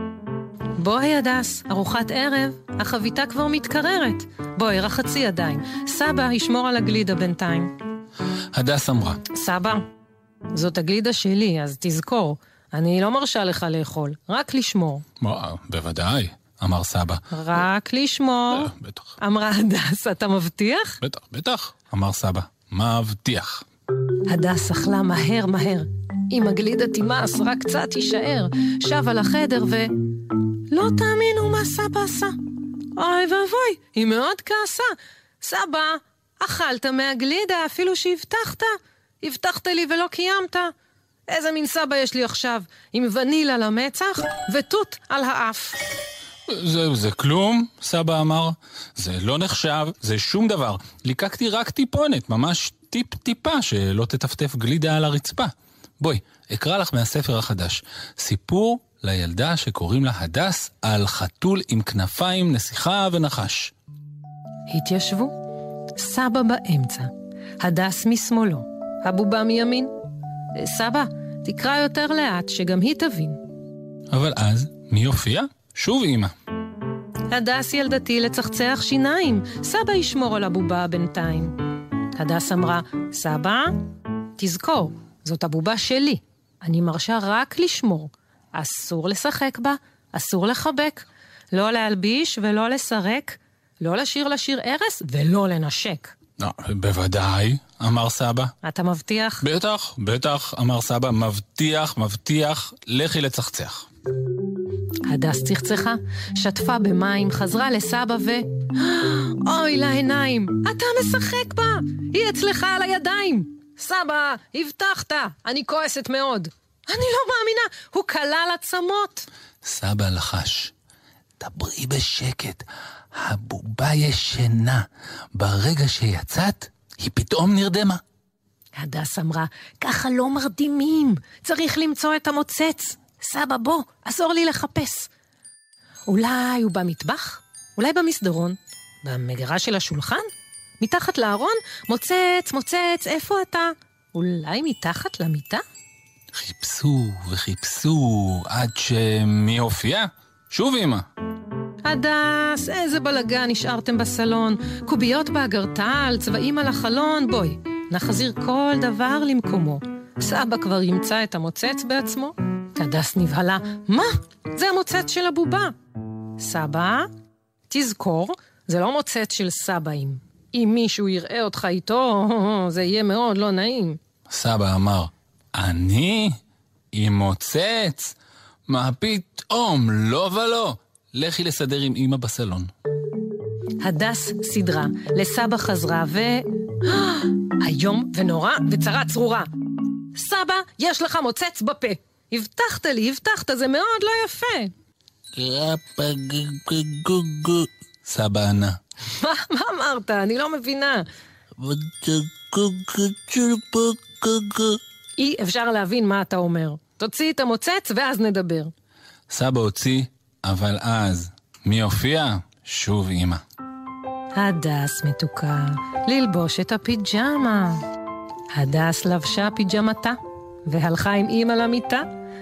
בואי הדס, ארוחת ערב, החביתה כבר מתקררת. בואי, רחצי ידיים. סבא ישמור על הגלידה בינתיים. הדס אמרה, סבא, זאת הגלידה שלי, אז תזכור, אני לא מרשה לך לאכול, רק לשמור. בוודאי, אמר סבא. רק לשמור. בטח. אמרה הדס, אתה מבטיח? בטח, בטח, אמר סבא. מבטיח. הדס אכלה מהר מהר. אם הגלידה תימס, רק קצת תישאר. שבה לחדר ו... לא תאמינו מה סבא עשה. אוי ואבוי, היא מאוד כעסה. סבא, אכלת מהגלידה אפילו שהבטחת. הבטחת לי ולא קיימת. איזה מין סבא יש לי עכשיו, עם ונילה למצח ותות על האף. זה כלום, סבא אמר. זה לא נחשב, זה שום דבר. ליקקתי רק טיפונת, ממש טיפה שלא תטפטף גלידה על הרצפה. בואי, אקרא לך מהספר החדש. סיפור לילדה שקוראים לה הדס על חתול עם כנפיים, נסיכה ונחש. התיישבו. סבא באמצע, הדס משמאלו, הבובה מימין. סבא, תקרא יותר לאט שגם היא תבין. אבל אז, מי הופיע? שוב אמא. הדס ילדתי לצחצח שיניים, סבא ישמור על הבובה בינתיים. הדס אמרה, סבא, תזכור, זאת הבובה שלי. אני מרשה רק לשמור. אסור לשחק בה, אסור לחבק, לא להלביש ולא לסרק, לא לשיר ערס ולא לנשק. בוודאי, אמר סבא. אתה מבטיח? בטח, בטח, אמר סבא, מבטיח, לכי לצחצח. הדס צחצחה, שטפה במים, חזרה לסבא ו... אוי לעיניים, אתה משחק בה, היא אצלך על הידיים. סבא, הבטחת, אני כועסת מאוד. אני לא מאמינה, הוא קלל עצמות. סבא לחש, דברי בשקט, הבובה ישנה. ברגע שיצאת, היא פתאום נרדמה. הדס אמרה, ככה לא מרדימים, צריך למצוא את המוצץ. סבא, בוא, עזור לי לחפש. אולי הוא במטבח? אולי במסדרון? במגרה של השולחן? מתחת לארון, מוצץ, איפה אתה? אולי מתחת למיטה? חיפשו וחיפשו עד שמי הופיע? שוב אמא. הדס, איזה בלגן נשארתם בסלון. קוביות באגרטל, צבעים על החלון, בואי. נחזיר כל דבר למקומו. סבא כבר ימצא את המוצץ בעצמו. הדס נבהלה, מה? זה המוצץ של הבובה. סבא, תזכור, זה לא מוצץ של סבאים. אם מישהו יראה אותך איתו, זה יהיה מאוד לא נעים. סבא אמר, אני? עם מוצץ? מה פתאום? לא ולא. לכי לסדר עם אמא בסלון. הדס סדרה, לסבא חזרה היום ונורא וצרה צרורה. סבא, יש לך מוצץ בפה. הבטחת לי, זה מאוד לא יפה. סבא ענה. מה אמרת? אני לא מבינה. אי אפשר להבין מה אתה אומר. תוציא את המוצץ ואז נדבר. סבא הוציא, אבל אז מי הופיע? שוב אמא. הדס מתוקה, ללבוש את הפיג'מה. הדס לבשה פיג'מתה והלכה עם אמא למיטה.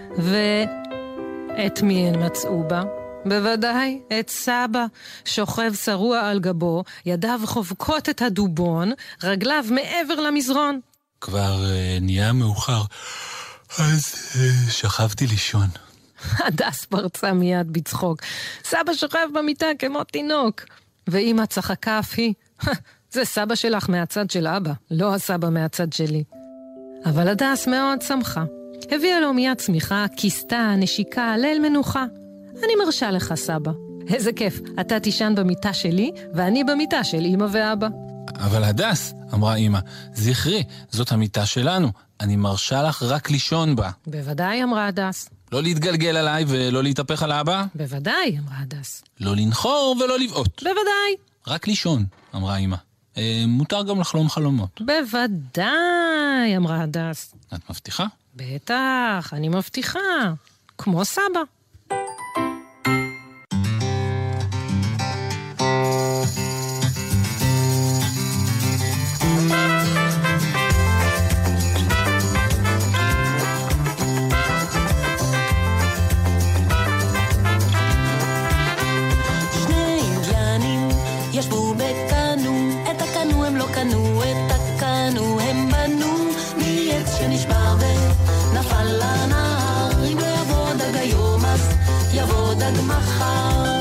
ואת מי הן מצאו בה? בוודאי, את סבא, שוכב שרוע על גבו, ידיו חובקות את הדובון, רגליו מעבר למזרון. כבר נהיה מאוחר, אז שכבתי לישון. הדס פרצה מיד בצחוק. סבא שוכב במיטה כמו תינוק. ואמא צחקה אף היא. זה סבא שלך מהצד של אבא, לא הסבא מהצד שלי. אבל הדס מאוד שמחה. הביאה לו מיד צמיחה, כיסתה, נשיקה, ליל מנוחה. אני מרשה לך, סבא. איזה כיף, אתה תישן במיטה שלי, ואני במיטה של אמא ואבא. אבל הדס, אמרה אמא, זכרי, זאת המיטה שלנו. אני מרשה לך רק לישון בה. בוודאי, אמרה הדס. לא להתגלגל עליי ולא להתהפך על אבא? בוודאי, אמרה הדס. לא לנחור ולא לבעוט? בוודאי. רק לישון, אמרה אמא. מותר גם לחלום חלומות. בוודאי, אמרה הדס. את מבטיחה? בטח, אני מבטיחה. כמו סבא. ישבו בקנו, את הקנו הם לא קנו, את הקנו הם בנו, מעץ שנשבר ונפל לנהר. אם לא יבוא דג היום אז יבוא דג מחר.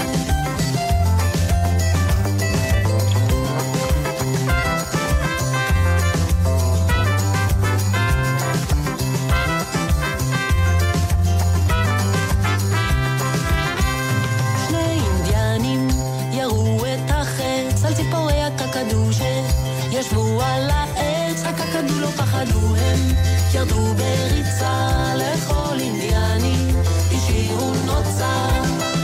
ישבו על העץ, הקקדו לא פחדו הם, ירדו בריצה לכל אינדיאני, השאירו נוצר.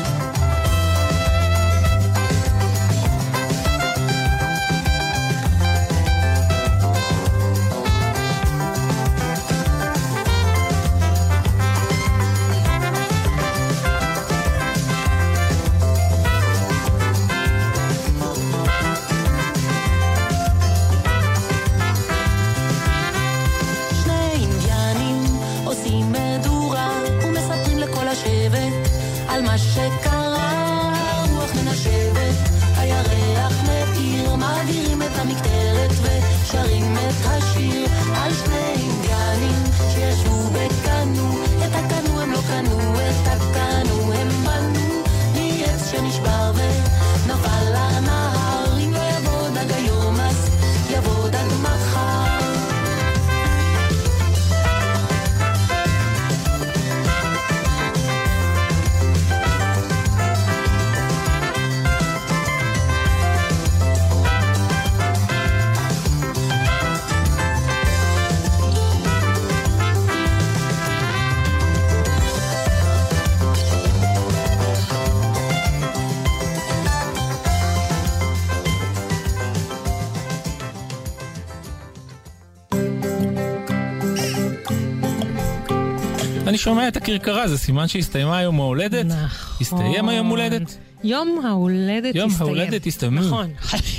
על מה שקרה, רוח מנשבת, הירח מאיר, מעבירים את המקטרת ושרים את השיר על שני אינדיאנים שישבו בקנו, את הקנו הם לא קנו, את הקנו הם בנו, מעץ שנשבר ונפל לנהר. אם לא יבוא דג היום אז יבוא דג מחר. אני שומע את הקרקרה, זה סימן שהסתיימה היום ההולדת? נכון. הסתיים היום הולדת? יום ההולדת הסתיים. יום ההולדת הסתיים. נכון.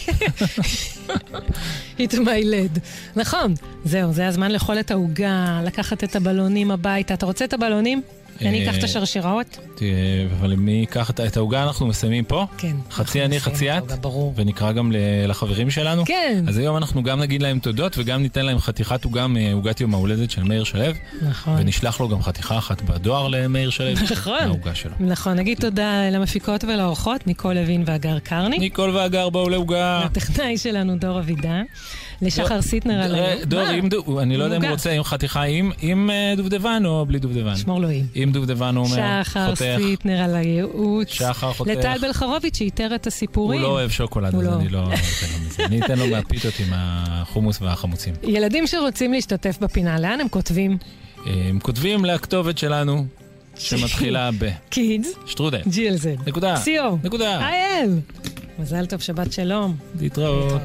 התמיילד. נכון. זהו, זה הזמן לאכול את העוגה, לקחת את הבלונים הביתה. אתה רוצה את הבלונים? אני אקח את השרשראות? אבל מי ייקח את העוגה אנחנו מסיימים פה? כן. חצי אני, חצי את? ונקרא גם לחברים שלנו? כן. אז היום אנחנו גם נגיד להם תודות, וגם ניתן להם חתיכת עוגה מעוגת יום ההולדת של מאיר שלו. נכון. ונשלח לו גם חתיכה אחת בדואר למאיר שלו. נכון. מהעוגה שלו. נכון. נגיד תודה למפיקות ולאורחות, ניקול לוין והגר קרני. ניקול והגר באו לעוגה. הטכנאי שלנו דור אבידה. לשחר סיטנר על היום. דור, אני לא יודע אם הוא רוצה עם חתיכה עם דובדבן או בלי דובדבן. שמור לו עם דובדבן הוא אומר, שחר סיטנר על הייעוץ. שחר חותך. לטל בלחרוביץ' שאיתר את הסיפורים. הוא לא אוהב שוקולד, אז אני לא אתן לו מזה. אני אתן לו מהפיתות עם החומוס והחמוצים. ילדים שרוצים להשתתף בפינה, לאן הם כותבים? הם כותבים לכתובת שלנו, שמתחילה ב... קידס. שטרודל. GLZ. נקודה. סיו. נקודה. IL. מזל טוב, שבת שלום. להתראות.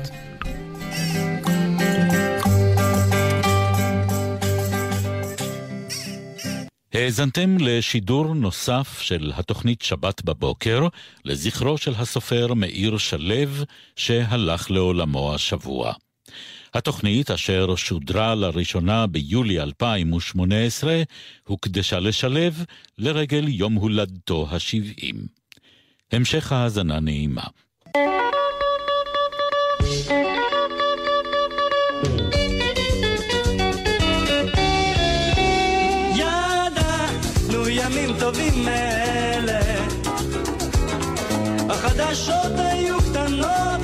האזנתם לשידור נוסף של התוכנית שבת בבוקר, לזכרו של הסופר מאיר שלו, שהלך לעולמו השבוע. התוכנית, אשר שודרה לראשונה ביולי 2018, הוקדשה לשלו לרגל יום הולדתו ה-70. המשך ההאזנה נעימה. ימים טובים אלה, החדשות היו קטנות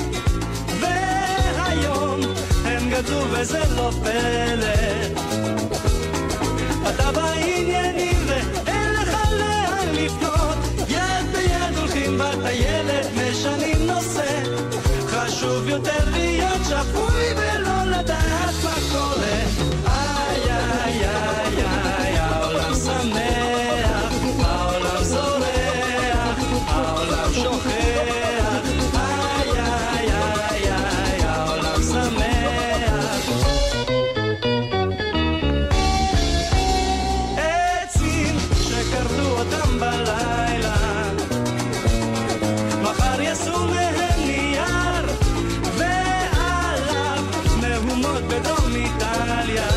והיום הם גדלו וזה לא פלא. אתה בעניינים ואין לך לאן לפנות, יד ביד הולכים בטיילת, משנים נושא. חשוב יותר להיות שפוי ולא לדעת מה קורה. איי איי איי איי, העולם שמח, העולם זורח, העולם שוכח. איי איי איי איי, העולם שמח. עצים שכרתו אותם בלילה, מחר יעשו מהם נייר, ועליו מהומות בדרום איטליה.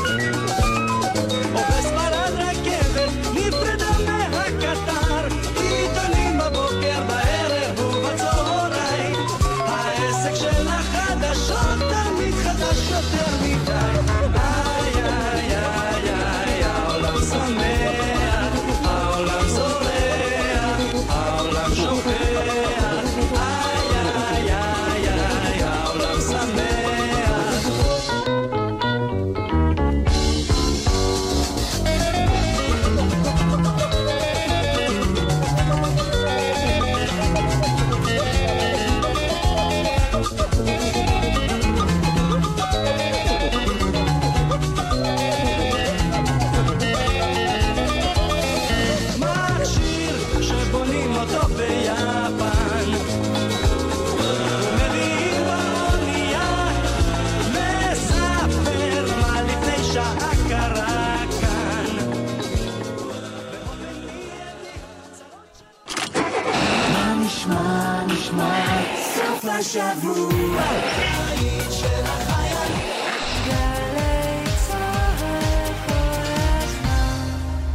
השבוע היית של החייל גלי צהל כל הזמן.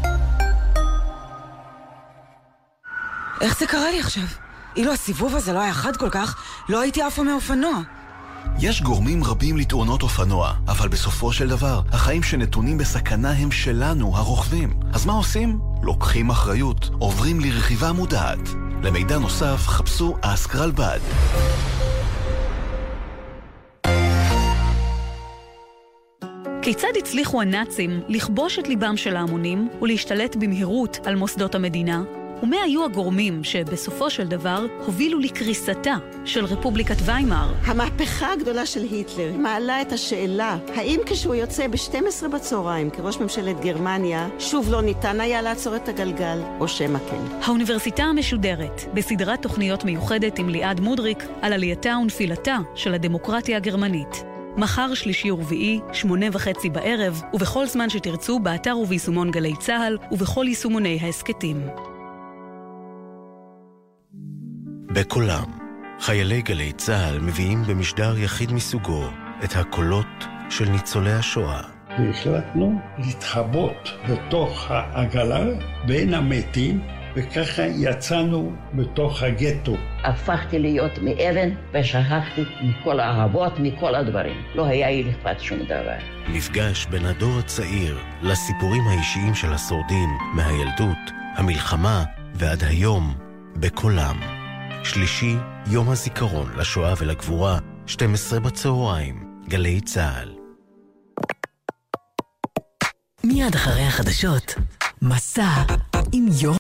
איך זה קרה לי עכשיו? אילו הסיבוב הזה לא היה חד כל כך, לא הייתי עפה מאופנוע. יש גורמים רבים לתאונות אופנוע, אבל בסופו של דבר, החיים שנתונים בסכנה הם שלנו, הרוכבים. אז מה עושים? לוקחים אחריות, עוברים לרכיבה מודעת. למידע נוסף, חפשו אסק רלב"ד. כיצד הצליחו הנאצים לכבוש את ליבם של ההמונים ולהשתלט במהירות על מוסדות המדינה? ומה היו הגורמים שבסופו של דבר הובילו לקריסתה של רפובליקת ויימאר? המהפכה הגדולה של היטלר מעלה את השאלה, האם כשהוא יוצא ב-12 בצהריים כראש ממשלת גרמניה, שוב לא ניתן היה לעצור את הגלגל, או שמה כן? האוניברסיטה המשודרת, בסדרת תוכניות מיוחדת עם ליעד מודריק, על עלייתה ונפילתה של הדמוקרטיה הגרמנית. מחר, שלישי ורביעי, 8:30 בערב, ובכל זמן שתרצו, באתר וביישומון גלי צהל, ובכל יישומוני ההסקטים. בקולם. חיילי גלי צה"ל מביאים במשדר יחיד מסוגו את הקולות של ניצולי השואה. והחלטנו להתחבות בתוך העגלה בין המתים, וככה יצאנו בתוך הגטו. הפכתי להיות מאבן ושכחתי מכל האהבות, מכל הדברים. לא היה לי אכפת שום דבר. מפגש בין הדור הצעיר לסיפורים האישיים של השורדים מהילדות, המלחמה ועד היום בקולם. שלישי, יום הזיכרון לשואה ולגבורה, 12 בצהריים, גלי צה"ל. מיד אחרי החדשות, מסע עם יום